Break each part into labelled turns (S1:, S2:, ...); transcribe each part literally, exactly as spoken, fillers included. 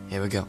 S1: Here we go。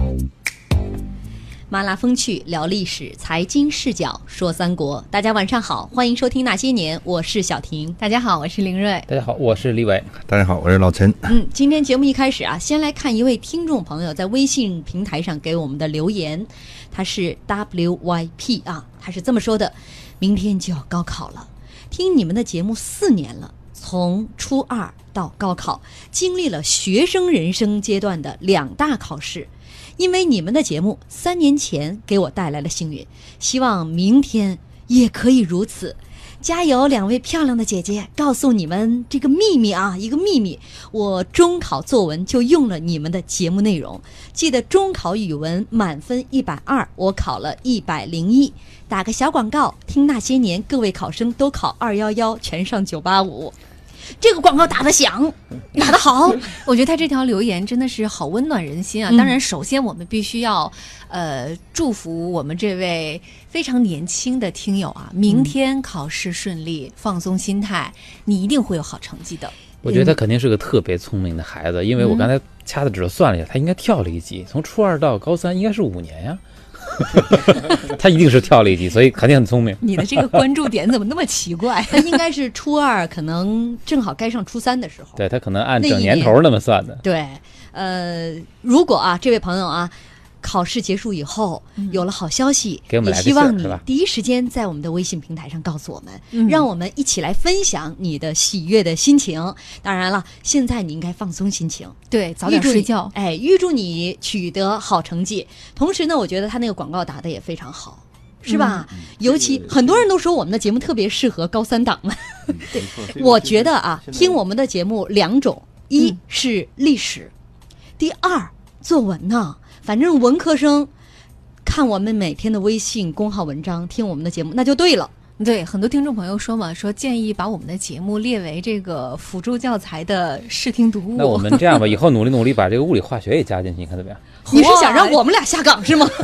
S2: 麻辣风趣聊历史，财经视角说三国。大家晚上好，欢迎收听那些年，我是小婷。
S3: 大家好，我是林瑞。
S4: 大家好，我是李伟。
S5: 大家好，我是老陈。
S2: 嗯，今天节目一开始啊，先来看一位听众朋友在微信平台上给我们的留言，他是 W Y P 啊，他是这么说的：明天就要高考了，听你们的节目四年了，从初二到高考，经历了学生人生阶段的两大考试。因为你们的节目三年前给我带来了幸运，希望明天也可以如此。加油，两位漂亮的姐姐！告诉你们这个秘密啊，一个秘密，我中考作文就用了你们的节目内容。记得中考语文满分一百二，我考了一百零一。打个小广告，听那些年各位考生都考二幺幺，全上九八五。这个广告打得响，打得好。
S3: 我觉得他这条留言真的是好温暖人心啊！
S2: 嗯、
S3: 当然，首先我们必须要呃祝福我们这位非常年轻的听友啊，明天考试顺利，放松心态，你一定会有好成绩的。
S4: 我觉得他肯定是个特别聪明的孩子，因为我刚才掐着指头算了一下，他应该跳了一级，从初二到高三应该是五年呀。他一定是跳了一级，所以肯定很聪明。
S3: 你的这个关注点怎么那么奇怪？
S2: 他应该是初二，可能正好该上初三的时候。
S4: 对，他可能按整年头那么算的。
S2: 对，呃，如果啊，这位朋友啊，考试结束以后、嗯、有了好消息，
S4: 给我们来个
S2: 也希望你
S4: 是吧
S2: 第一时间在我们的微信平台上告诉我们、
S3: 嗯，
S2: 让我们一起来分享你的喜悦的心情。当然了，现在你应该放松心情，
S3: 对，早点睡觉。
S2: 哎，预祝你取得好成绩。同时呢，我觉得他那个广告打得也非常好。是吧、嗯、尤其很多人都说我们的节目特别适合高三党们、嗯、对，我觉得啊，听我们的节目两种，一是历史、嗯、第二作文呢。反正文科生看我们每天的微信公号文章，听我们的节目那就对了。
S3: 对，很多听众朋友说嘛，说建议把我们的节目列为这个辅助教材的视听读物。
S4: 那我们这样吧，以后努力努力把这个物理化学也加进去，你看怎么样？
S2: 你是想让我们俩下岗是吗？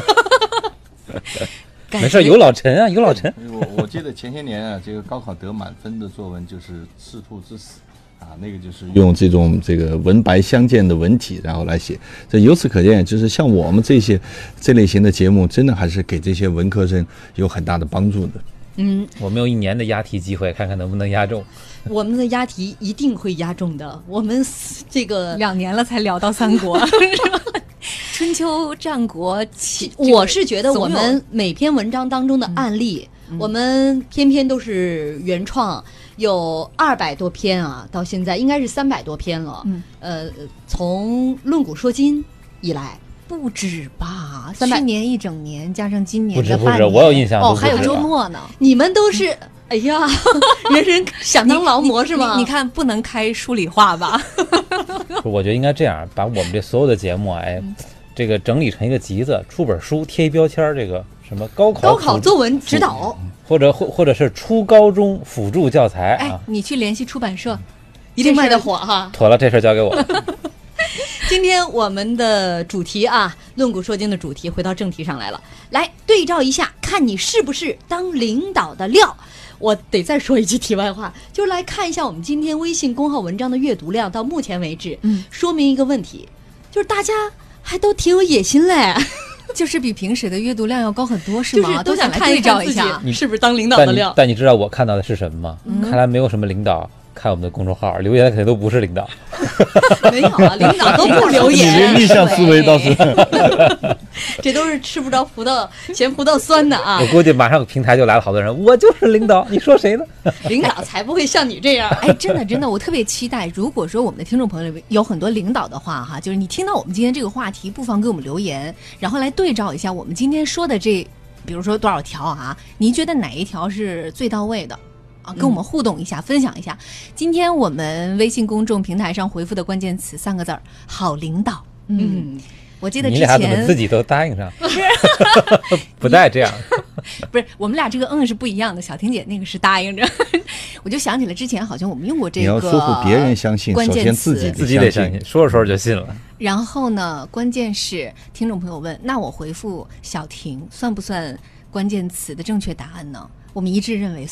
S4: 没事，有老陈啊，有老陈。
S5: 我我记得前些年啊，这个高考得满分的作文就是《赤兔之死》啊，那个就是用这种这个文白相间的文体，然后来写。这由此可见，就是像我们这些这类型的节目，真的还是给这些文科生有很大的帮助的。
S2: 嗯，
S4: 我们用一年的押题机会，看看能不能押中。
S2: 我们的押题一定会押中的。我们这个
S3: 两年了才聊到三国，是吧？春秋战国，
S2: 我是觉得我们每篇文章当中的案例，嗯、我们偏偏都是原创，有二百多篇啊，到现在应该是三百多篇了。嗯，呃，从论古说今以来，
S3: 不止吧？
S2: 三百
S3: 去年一整年加上今年
S4: 的
S3: 半年，
S4: 不止不止，我有印象
S3: 哦，还有周末呢。
S2: 你们都是。哎呀，人人想当劳模是吗？
S3: 你, 你, 你看，不能开数理化吧？
S4: 我觉得应该这样，把我们这所有的节目，哎，嗯、这个整理成一个集子，出本书，贴一标签，这个什么高考
S2: 高考作文指导，
S4: 或者或或者是初高中辅助教材。
S3: 哎，
S4: 啊、
S3: 你去联系出版社，嗯、
S2: 一定卖得火哈。
S4: 妥了，这事儿交给我。
S2: 今天我们的主题啊，论古说今的主题，回到正题上来了。来对照一下，看你是不是当领导的料。我得再说一句题外话，就是来看一下我们今天微信公号文章的阅读量，到目前为止，嗯，说明一个问题，就是大家还都挺有野心嘞，
S3: 就是比平时的阅读量要高很多，是吗？
S2: 就是都想
S3: 看对照一下，
S2: 你是不是当领导的料？
S4: 但 你, 但你知道我看到的是什么吗？嗯、看来没有什么领导看我们的公众号留言，肯定都不是领导。
S2: 没有啊，领导都不留言。
S5: 你的逆向思维倒是，
S2: 这都是吃不着葡萄嫌葡萄酸的啊！
S4: 我估计马上平台就来了好多人，我就是领导，你说谁呢？
S2: 领导才不会像你这样。
S3: 哎，真的真的，我特别期待，如果说我们的听众朋友里有很多领导的话，哈，就是你听到我们今天这个话题，不妨给我们留言，然后来对照一下我们今天说的这，比如说多少条啊，您觉得哪一条是最到位的？啊，跟我们互动一下、嗯，分享一下。今天我们微信公众平台上回复的关键词三个字儿：好领导。嗯。嗯，我记得之前
S4: 你俩怎么自己都答应上？不带这样。
S3: 不是，我们俩这个嗯是不一样的。小婷姐那个是答应着，我就想起了之前好像我们用过这个。
S5: 你要说服别人相信，首先自己
S4: 自己得相信，说着说着就信了。
S3: 然后呢，关键是听众朋友问，那我回复小婷算不算关键词的正确答案呢？我们一致认为算。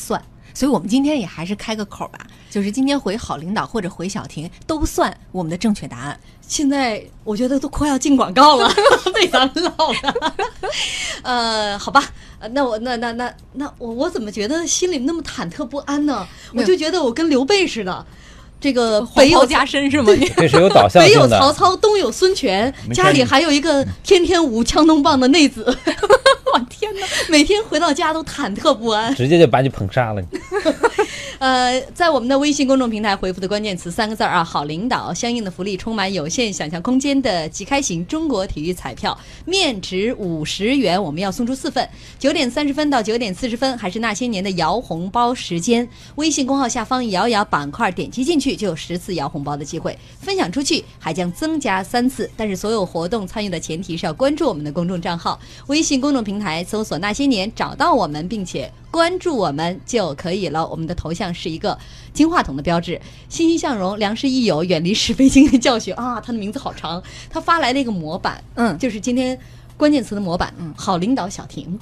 S3: 所以我们今天也还是开个口吧，就是今天回好领导或者回小婷都算我们的正确答案。
S2: 现在我觉得都快要进广告了，被咱们唠了。呃，好吧，那我那那那那我我怎么觉得心里那么忐忑不安呢？我就觉得我跟刘备似的。这个北有
S3: 加深是吗？
S4: 这是有导向
S2: 性的。
S4: 性的。
S2: 北有曹操，东有孙权，家里还有一个天天舞枪弄棒的内子。
S3: 我天哪！
S2: 每天回到家都忐忑不安，
S4: 直接就把你捧杀了。
S2: 呃，在我们的微信公众平台回复的关键词三个字啊，好领导，相应的福利充满有限想象空间的即开型中国体育彩票，面值五十元，我们要送出四份。九点三十分到九点四十分，还是那些年的摇红包时间。微信公号下方摇摇板块点击进去，就有十次摇红包的机会，分享出去还将增加三次。但是所有活动参与的前提是要关注我们的公众账号，微信公众平台搜索那些年，找到我们并且关注我们就可以了。我们的头像是一个金话筒的标志，欣欣向荣，良师益友，远离是非经验教学啊！他的名字好长，他发来了一个模板，嗯，就是今天关键词的模板，嗯，好领导小婷。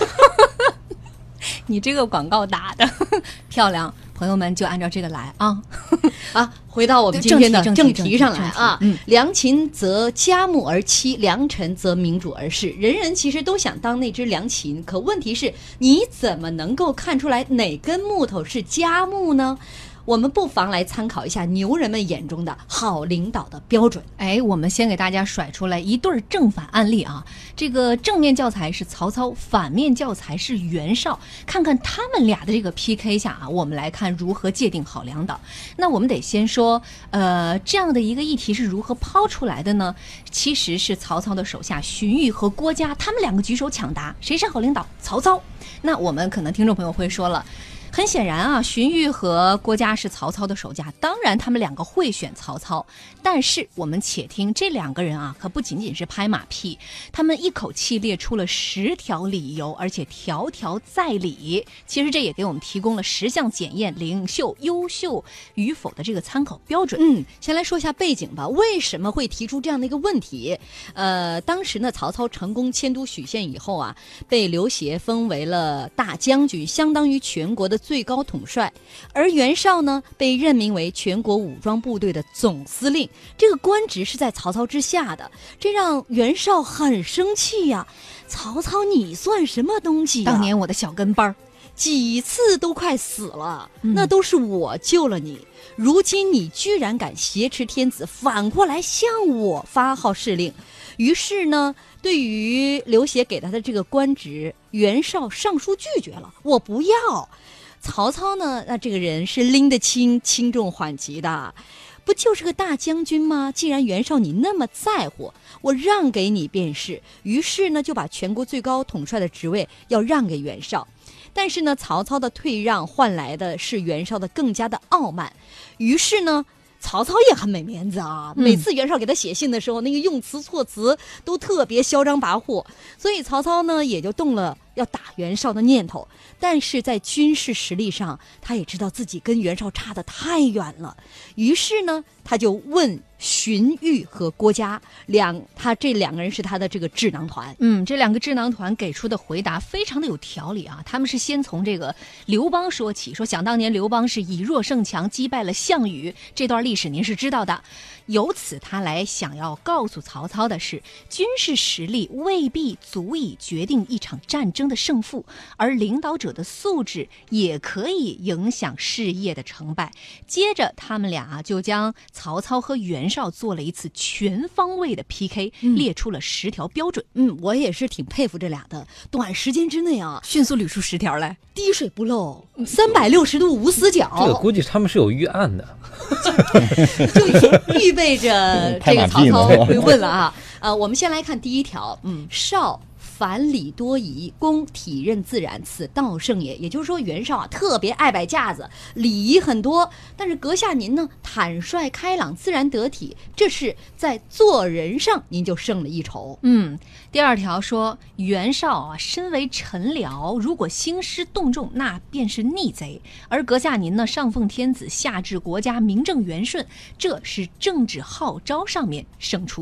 S3: 你这个广告打的漂亮，朋友们就按照这个来啊
S2: 啊！回到我们今天的正题上来啊，
S3: 嗯，
S2: 良禽择佳木而栖，良臣择明主而事。人人其实都想当那只良禽，可问题是，你怎么能够看出来哪根木头是佳木呢？我们不妨来参考一下牛人们眼中的好领导的标准。
S3: 哎，我们先给大家甩出来一对正反案例啊。这个正面教材是曹操，反面教材是袁绍，看看他们俩的这个 P K 下啊，我们来看如何界定好领导。那我们得先说，呃，这样的一个议题是如何抛出来的呢？其实是曹操的手下荀彧和郭嘉，他们两个举手抢答，谁是好领导？曹操。那我们可能听众朋友会说了，很显然啊，荀彧和郭嘉是曹操的手下，当然他们两个会选曹操。但是我们且听这两个人啊，可不仅仅是拍马屁，他们一口气列出了十条理由，而且条条在理。其实这也给我们提供了十项检验领袖优秀与否的这个参考标准。
S2: 嗯，先来说一下背景吧，为什么会提出这样的一个问题？呃，当时呢，曹操成功迁都许县以后啊，被刘协封为了大将军，相当于全国的最高统帅，而袁绍呢被任命为全国武装部队的总司令，这个官职是在曹操之下的，这让袁绍很生气呀、啊。曹操，你算什么东西、啊？
S3: 当年我的小跟班，
S2: 几次都快死了，那都是我救了你。嗯、如今你居然敢挟持天子，反过来向我发号施令。于是呢，对于刘协给他的这个官职，袁绍上书拒绝了，我不要。曹操呢，那这个人是拎得清轻重缓急的，不就是个大将军吗？既然袁绍你那么在乎，我让给你便是。于是呢，就把全国最高统帅的职位要让给袁绍。但是呢，曹操的退让换来的是袁绍的更加的傲慢。于是呢，曹操也很没面子啊，每次袁绍给他写信的时候，嗯、那个用词措辞都特别嚣张跋扈，所以曹操呢也就动了要打袁绍的念头。但是在军事实力上，他也知道自己跟袁绍差得太远了，于是呢，他就问荀彧和郭嘉两，他这两个人是他的这个智囊团。
S3: 嗯，这两个智囊团给出的回答非常的有条理啊。他们是先从这个刘邦说起，说想当年刘邦是以弱胜强，击败了项羽，这段历史您是知道的。由此他来想要告诉曹操的是，军事实力未必足以决定一场战争的胜负，而领导者的素质也可以影响事业的成败。接着他们俩就将曹操和袁绍做了一次全方位的 P K，嗯、列出了十条标准。
S2: 嗯，我也是挺佩服这俩的，短时间之内啊，
S3: 迅速捋出十条来，
S2: 滴水不漏，三百六十度无死角。
S4: 这个估计他们是有预案的，
S2: 就预备着这个曹操会问了啊。呃，我们先来看第一条，嗯，绍反礼多疑，公体认自然，此道圣也。也就是说，袁绍啊特别爱摆架子，礼仪很多，但是阁下您呢坦率开朗，自然得体，这是在做人上您就胜了一筹。
S3: 嗯，第二条说袁绍啊身为臣僚，如果兴师动众，那便是逆贼；而阁下您呢上奉天子，下治国家，名正言顺，这是政治号召上面胜出。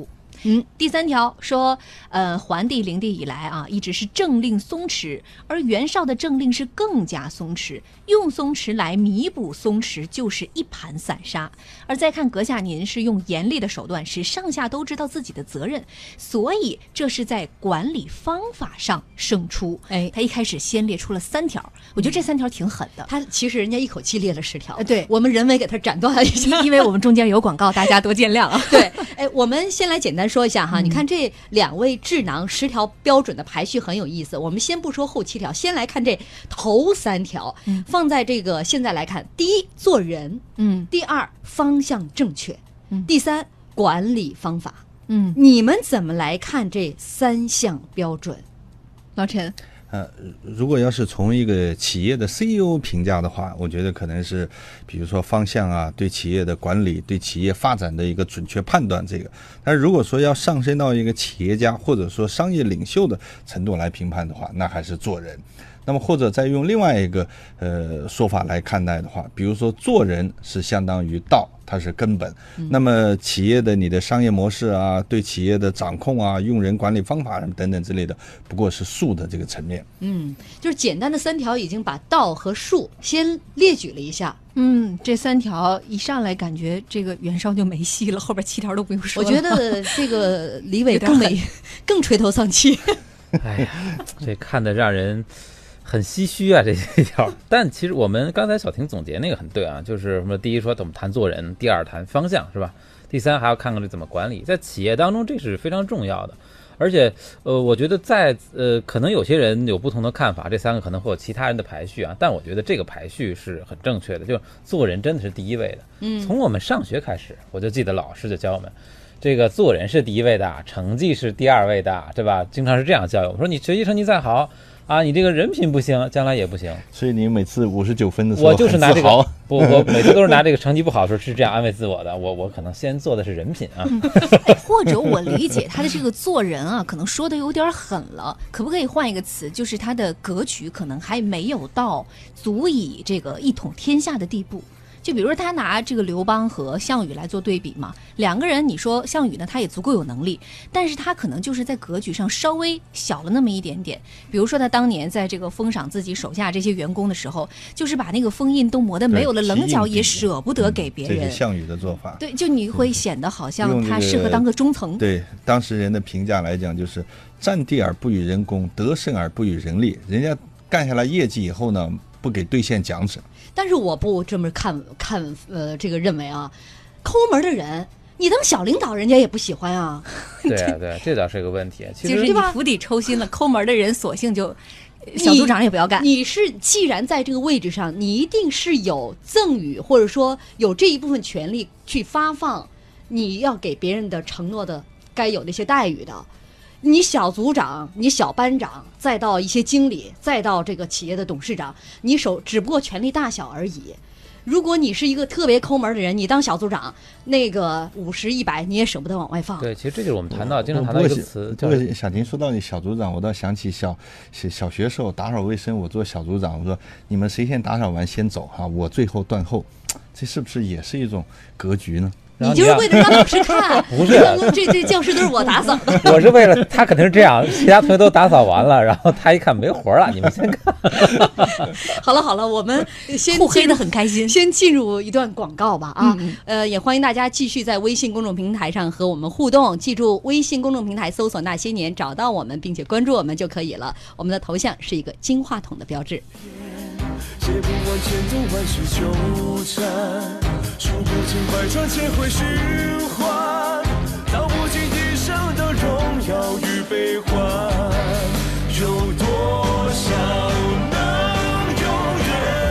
S3: 嗯，第三条说，呃，桓帝灵帝以来啊，一直是政令松弛，而袁绍的政令是更加松弛，用松弛来弥补松弛，就是一盘散沙。而再看阁下您是用严厉的手段，使上下都知道自己的责任，所以这是在管理方法上胜出。
S2: 哎，
S3: 他一开始先列出了三条，我觉得这三条挺狠的。
S2: 他其实人家一口气列了十条，
S3: 呃对
S2: 我们人为给他斩断了一下，
S3: 因为我们中间有广告，大家多见谅啊。
S2: 对，哎，我们先来简单说一下哈，嗯、你看这两位智囊十条标准的排序很有意思。我们先不说后七条，先来看这头三条，嗯、放在这个现在来看，第一做人，嗯，第二方向正确，嗯，第三管理方法，嗯，你们怎么来看这三项标准？
S3: 老陈。
S5: 呃，如果要是从一个企业的 C E O 评价的话，我觉得可能是，比如说方向啊，对企业的管理、对企业发展的一个准确判断这个。但是如果说要上升到一个企业家或者说商业领袖的程度来评判的话，那还是做人。那么或者再用另外一个呃说法来看待的话，比如说做人是相当于道，它是根本。嗯、那么企业的你的商业模式啊，对企业的掌控啊，用人管理方法等等之类的，不过是术的这个层面。
S2: 嗯，就是简单的三条已经把道和术先列举了一下。
S3: 嗯，这三条一上来感觉这个袁绍就没戏了，后边七条都不用说了。
S2: 我觉得这个李伟更没更垂头丧气。
S4: 哎呀，这看得让人很唏嘘啊，这一条。但其实我们刚才小婷总结那个很对啊，就是什么第一说怎么谈做人，第二谈方向是吧？第三还要看看这怎么管理，在企业当中这是非常重要的。而且呃，我觉得在呃，可能有些人有不同的看法，这三个可能会有其他人的排序啊，但我觉得这个排序是很正确的，就是做人真的是第一位的。嗯，从我们上学开始，我就记得老师就教我们。这个做人是第一位的，成绩是第二位的，对吧？经常是这样教育我说，你学习成绩再好啊，你这个人品不行，将来也不行。
S5: 所以你每次五十九分的时候，
S4: 我就是拿这个，不，我每次都是拿这个成绩不好的时候是这样安慰自我的。我我可能先做的是人品啊，
S3: 嗯、或者我理解他的这个做人啊，可能说的有点狠了，可不可以换一个词？就是他的格局可能还没有到足以这个一统天下的地步。就比如说他拿这个刘邦和项羽来做对比嘛，两个人你说项羽呢，他也足够有能力，但是他可能就是在格局上稍微小了那么一点点。比如说他当年在这个封赏自己手下这些员工的时候，就是把那个封印都磨得没有了棱角，也舍不得给别人。
S5: 嗯、这是项羽的做法。
S3: 对，就你会显得好像他适合当个中层。
S5: 这个、对当时人的评价来讲，就是占地而不与人功，得胜而不与人利。人家干下来业绩以后呢，不给兑现奖惩。
S2: 但是我不这么看看，呃，这个认为啊，抠门的人，你当小领导，人家也不喜欢啊。
S4: 对啊，对啊，这倒是一个问题。其实
S3: 就是你釜底抽薪了，抠门的人索性就小组长也不要干。
S2: 你, 你是既然在这个位置上，你一定是有赠与，或者说有这一部分权利去发放你要给别人的承诺的该有的一些待遇的。你小组长，你小班长，再到一些经理，再到这个企业的董事长，你手只不过权力大小而已。如果你是一个特别抠门的人，你当小组长，那个五十一百你也舍不得往外放。
S4: 对，其实这就是我们谈到经常谈到一个词叫。
S5: 对，小婷说到你小组长，我倒想起小小学时候打扫卫生，我做小组长，我说你们谁先打扫完先走哈，我最后断后，这是不是也是一种格局呢？
S2: 你就是为了让老师看，
S4: 不是
S2: 这这教室都是我打扫的。
S4: 我是为了他肯定是这样，其他同学都打扫完了，然后他一看没活了，你们先看。
S2: 好了好了，我们先
S3: 互黑的很开心，
S2: 先进入一段广告吧啊！
S3: 嗯、
S2: 呃，也欢迎大家继续在微信公众平台上和我们互动。记住，微信公众平台搜索“那些年”，找到我们，并且关注我们就可以了。我们的头像是一个金话筒的标志。
S1: 写不完千种万事纠缠，数不尽百转千回循环，道不尽一生的荣耀与悲欢，有多少能永远？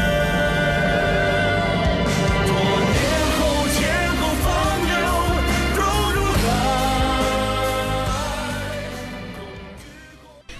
S1: 多年后天后方流，融入来。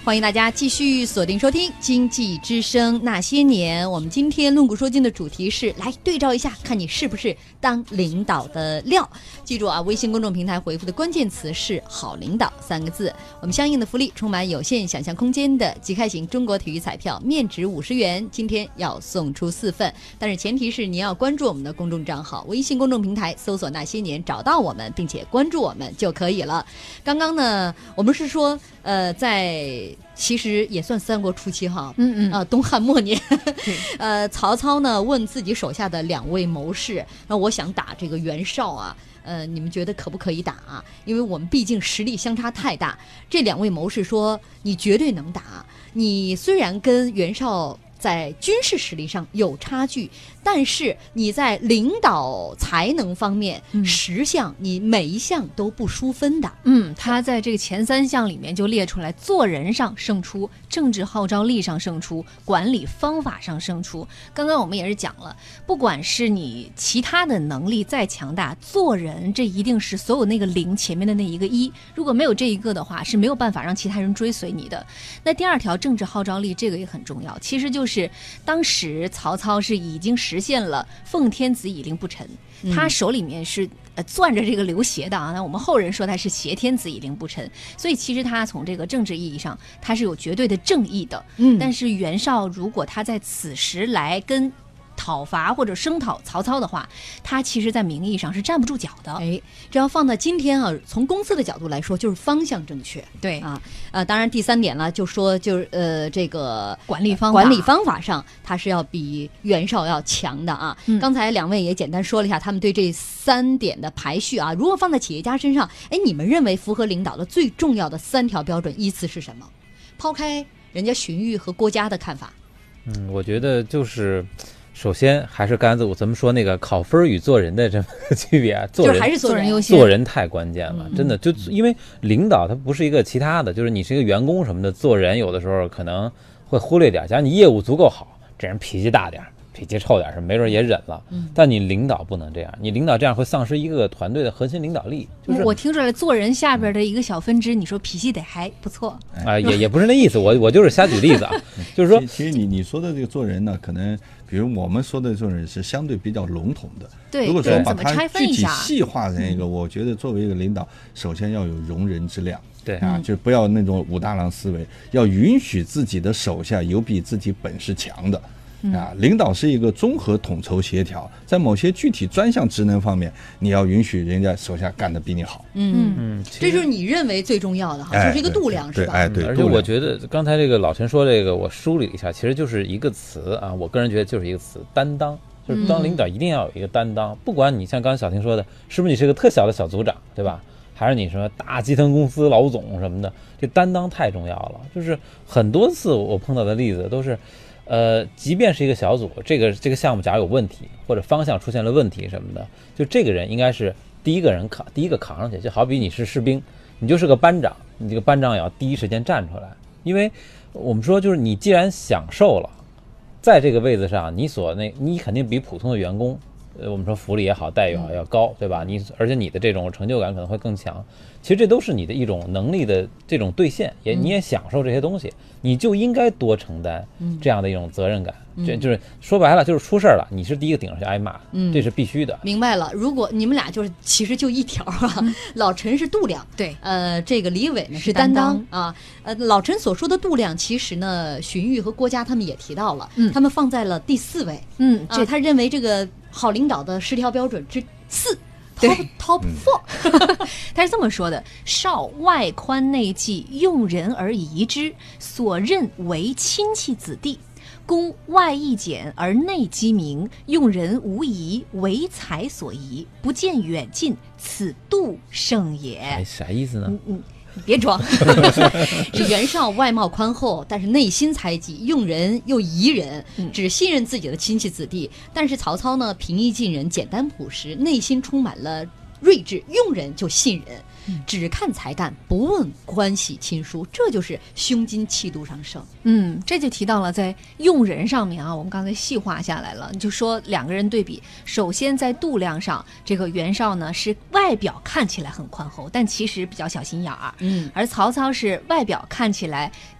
S2: 欢迎大家继续锁定收听《经济之声那些年》。我们今天论古说今的主题是来对照一下，看你是不是当领导的料。记住啊，微信公众平台回复的关键词是好领导三个字。我们相应的福利充满有限想象空间的即开型中国体育彩票，面值五十元，今天要送出四份，但是前提是你要关注我们的公众账号，微信公众平台搜索那些年，找到我们并且关注我们就可以了。刚刚呢，我们是说呃，在其实也算三国初期哈，
S3: 嗯嗯
S2: 啊、呃，东汉末年，呃，曹操呢问自己手下的两位谋士，那我想打这个袁绍啊，呃，你们觉得可不可以打啊？因为我们毕竟实力相差太大。这两位谋士说，你绝对能打，你虽然跟袁绍在军事实力上有差距，但是你在领导才能方面，
S3: 嗯
S2: 十项你每一项都不输分的。
S3: 嗯，他在这个前三项里面就列出来，做人上胜出，政治号召力上胜出，管理方法上胜出。刚刚我们也是讲了，不管是你其他的能力再强大，做人这一定是所有那个零前面的那一个一，如果没有这一个的话，是没有办法让其他人追随你的。那第二条政治号召力，这个也很重要，其实就是当时曹操是已经实现了奉天子以令不臣，他手里面是呃攥着这个刘协的啊，那我们后人说他是挟天子以令不臣，所以其实他从这个政治意义上他是有绝对的正义的。
S2: 嗯
S3: 但是袁绍如果他在此时来跟讨伐或者声讨曹操的话，他其实在名义上是站不住脚的。
S2: 哎，这要放到今天啊，从公司的角度来说，就是方向正确。
S3: 对
S2: 啊，呃，当然第三点呢，就说就是呃，这个
S3: 管理方法
S2: 管理方法上，它是要比袁绍要强的啊。
S3: 嗯
S2: 刚才两位也简单说了一下他们对这三点的排序啊。如果放在企业家身上，哎，你们认为符合领导的最重要的三条标准依次是什么？抛开人家荀彧和郭嘉的看法，
S4: 嗯，我觉得就是首先还是刚才我咱们说那个考分与做人的这么个区别啊，做人
S2: 就是还是做人
S3: 做人优先
S4: 做人太关键了，
S2: 嗯
S4: 真的就因为领导他不是一个其他的，就是你是一个员工什么的，做人有的时候可能会忽略点，假如你业务足够好，这人脾气大点，脾气臭点，什么没准也忍了，
S2: 嗯
S4: 但你领导不能这样，你领导这样会丧失一个团队的核心领导力，就是
S3: 我听出来做人下边的一个小分支，你说脾气得还不错。
S4: 啊、也也不是那意思，我我就是瞎举例子啊，就是说
S5: 其其实你你说的这个做人呢，可能比如我们说的做人是相对比较笼统的。
S3: 对，
S5: 如果说把
S3: 对怎么
S5: 它具体
S3: 拆分一下？
S5: 细化成一个，我觉得作为一个领导，首先要有容人之量。
S4: 对
S5: 啊，就不要那种武大郎思维，要允许自己的手下有比自己本事强的。啊，领导是一个综合统筹协调，在某些具体专项职能方面，你要允许人家手下干得比你好。
S2: 嗯，
S4: 嗯，其实
S2: 这就是你认为最重要的哈，
S5: 哎
S2: 就是一个
S5: 对
S2: 度量，是吧？
S5: 对哎，对，
S4: 而且
S5: 度量
S4: 我觉得刚才这个老陈说这个，我梳理了一下，其实就是一个词啊，我个人觉得就是一个词，担当。就是当领导一定要有一个担当，不管你像刚才小婷说的，是不是你是个特小的小组长，对吧？还是你什么大集团公司老总什么的，这担当太重要了。就是很多次我碰到的例子都是，呃，即便是一个小组，这个这个项目假如有问题或者方向出现了问题什么的，就这个人应该是第一个人扛，第一个扛上去。就好比你是士兵，你就是个班长，你这个班长也要第一时间站出来，因为我们说就是你既然享受了，在这个位子上，你所那你肯定比普通的员工，呃，我们说福利也好，待遇也好要高，对吧？你而且你的这种成就感可能会更强。其实这都是你的一种能力的这种兑现，也你也享受这些东西，你就应该多承担这样的一种责任感。这就是说白了，就是出事儿了，你是第一个顶上去挨骂，
S2: 嗯
S4: 这是必须的。
S2: 明白了。如果你们俩就是其实就一条啊，老陈是度量，
S3: 对
S2: 呃，这个李伟呢
S3: 是
S2: 是担
S3: 担
S2: 当啊。呃，老陈所说的度量，其实呢，荀彧和郭嘉他们也提到了，
S3: 嗯
S2: 他们放在了第四位。
S3: 嗯，
S2: 啊，
S3: 这
S2: 他认为这个好领导的十条标准之四
S3: 对
S2: ，top top four。
S3: 他是这么说的：少外宽内忌，用人而疑之，所任为亲戚子弟。公外易简而内机明，用人无疑，为才所宜，不见远近，此度胜也。
S4: 哎，啥意思呢？
S3: 嗯嗯，你别装。
S2: 是袁绍外貌宽厚，但是内心猜忌，用人又疑人，
S3: 嗯
S2: 只信任自己的亲戚子弟。但是曹操呢，平易近人，简单朴实，内心充满了睿智，用人就信人，只看才干，不问关系亲疏，这就是胸襟气度上胜。
S3: 嗯，这就提到了在用人上面啊，我们刚才细化下来了，就说两个人对比，首先在度量上，这个袁绍呢是外表看起来很宽厚，但其实比较小心眼儿，
S2: 嗯，
S3: 而曹操是外表看起来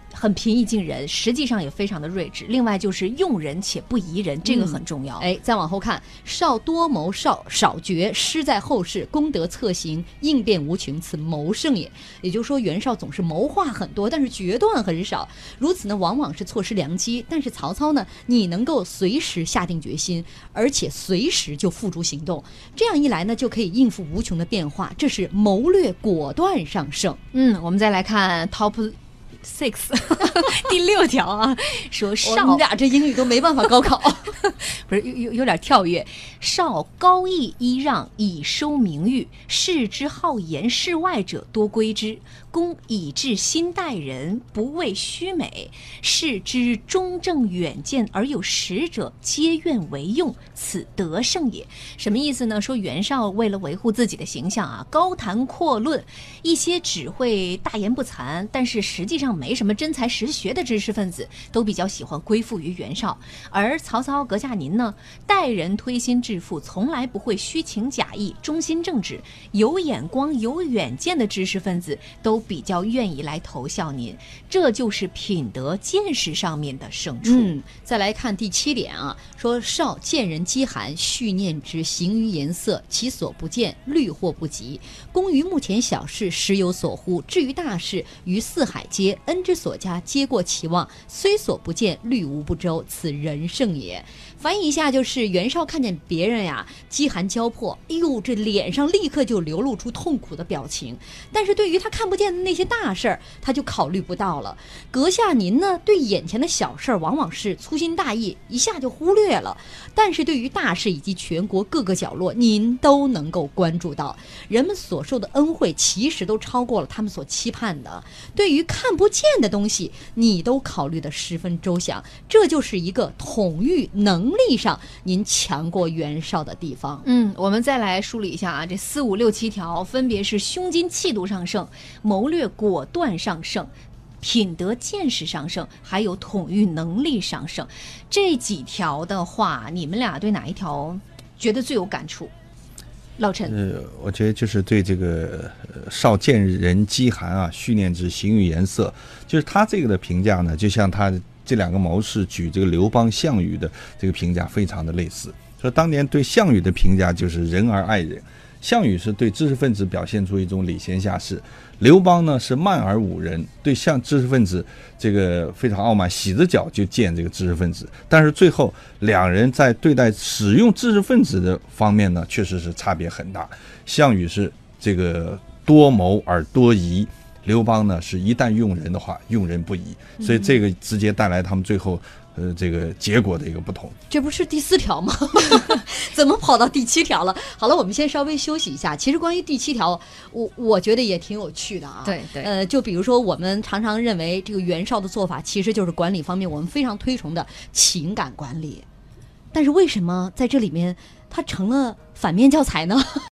S3: 很平易近人，实际上也非常的睿智。另外就是用人且不疑人，这个很重要。
S2: 哎，再往后看，少多谋，少少决，失在后世，功德侧行，应变无穷，此谋胜也。也就是说，袁绍总是谋划很多，但是决断很少，如此呢，往往是错失良机。但是曹操呢，你能够随时下定决心，而且随时就付诸行动，这样一来呢，就可以应付无穷的变化，这是谋略果断上胜。
S3: 嗯，我们再来看 top six 第六条啊，说
S2: 我
S3: 少
S2: 们俩这英语都没办法高考。
S3: 不是有有有点跳跃。少高义揖让，以收名誉。士之好言事外者，多归之。公以治心待人，不为虚美。士之中正远见而有识者，皆愿为用，此德胜也。什么意思呢？说袁绍为了维护自己的形象啊，高谈阔论，一些只会大言不惭，但是实际上没什么真才实学的知识分子，都比较喜欢归附于袁绍。而曹操、阁下您呢，待人推心置腹，从来不会虚情假意，忠心正直，有眼光、有远见的知识分子都比较愿意来投效您，这就是品德见识上面的胜处。
S2: 嗯，再来看第七点啊，说少见人饥寒，绪念之，行于颜色，其所不见，虑或不及。公于目前小事，时有所忽；至于大事，于四海皆恩之所加，皆过其望，虽所不见，虑无不周，此人胜也。翻译一下就是袁绍看见别人呀饥寒交迫，哎呦，这脸上立刻就流露出痛苦的表情，但是对于他看不见的那些大事儿，他就考虑不到了。阁下您呢，对眼前的小事儿往往是粗心大意，一下就忽略了，但是对于大事以及全国各个角落，您都能够关注到。人们所受的恩惠其实都超过了他们所期盼的，对于看不见的东西，你都考虑得十分周详，这就是一个统御能力上您强过袁绍的地方。
S3: 嗯，我们再来梳理一下啊，这四五六七条分别是胸襟气度上胜，谋略果断上胜，品德见识上胜，还有统御能力上胜。这几条的话，你们俩对哪一条觉得最有感触？老陈。
S5: 呃，我觉得就是对这个呃少见人饥寒啊，绪念之，行于颜色，就是他这个的评价呢，就像他这两个谋士举这个刘邦、项羽的这个评价非常的类似。说当年对项羽的评价就是仁而爱人，项羽是对知识分子表现出一种礼贤下士，刘邦呢是慢而侮人，对像知识分子这个非常傲慢，洗着脚就见这个知识分子。但是最后两人在对待使用知识分子的方面呢，确实是差别很大。项羽是这个多谋而多疑，刘邦呢是一旦用人的话，用人不疑，所以这个直接带来他们最后呃这个结果的一个不同。
S2: 这不是第四条吗？怎么跑到第七条了？好了，我们先稍微休息一下。其实关于第七条，我我觉得也挺有趣的啊。
S3: 对对，
S2: 呃，就比如说我们常常认为这个袁绍的做法其实就是管理方面我们非常推崇的情感管理，但是为什么在这里面它成了反面教材呢？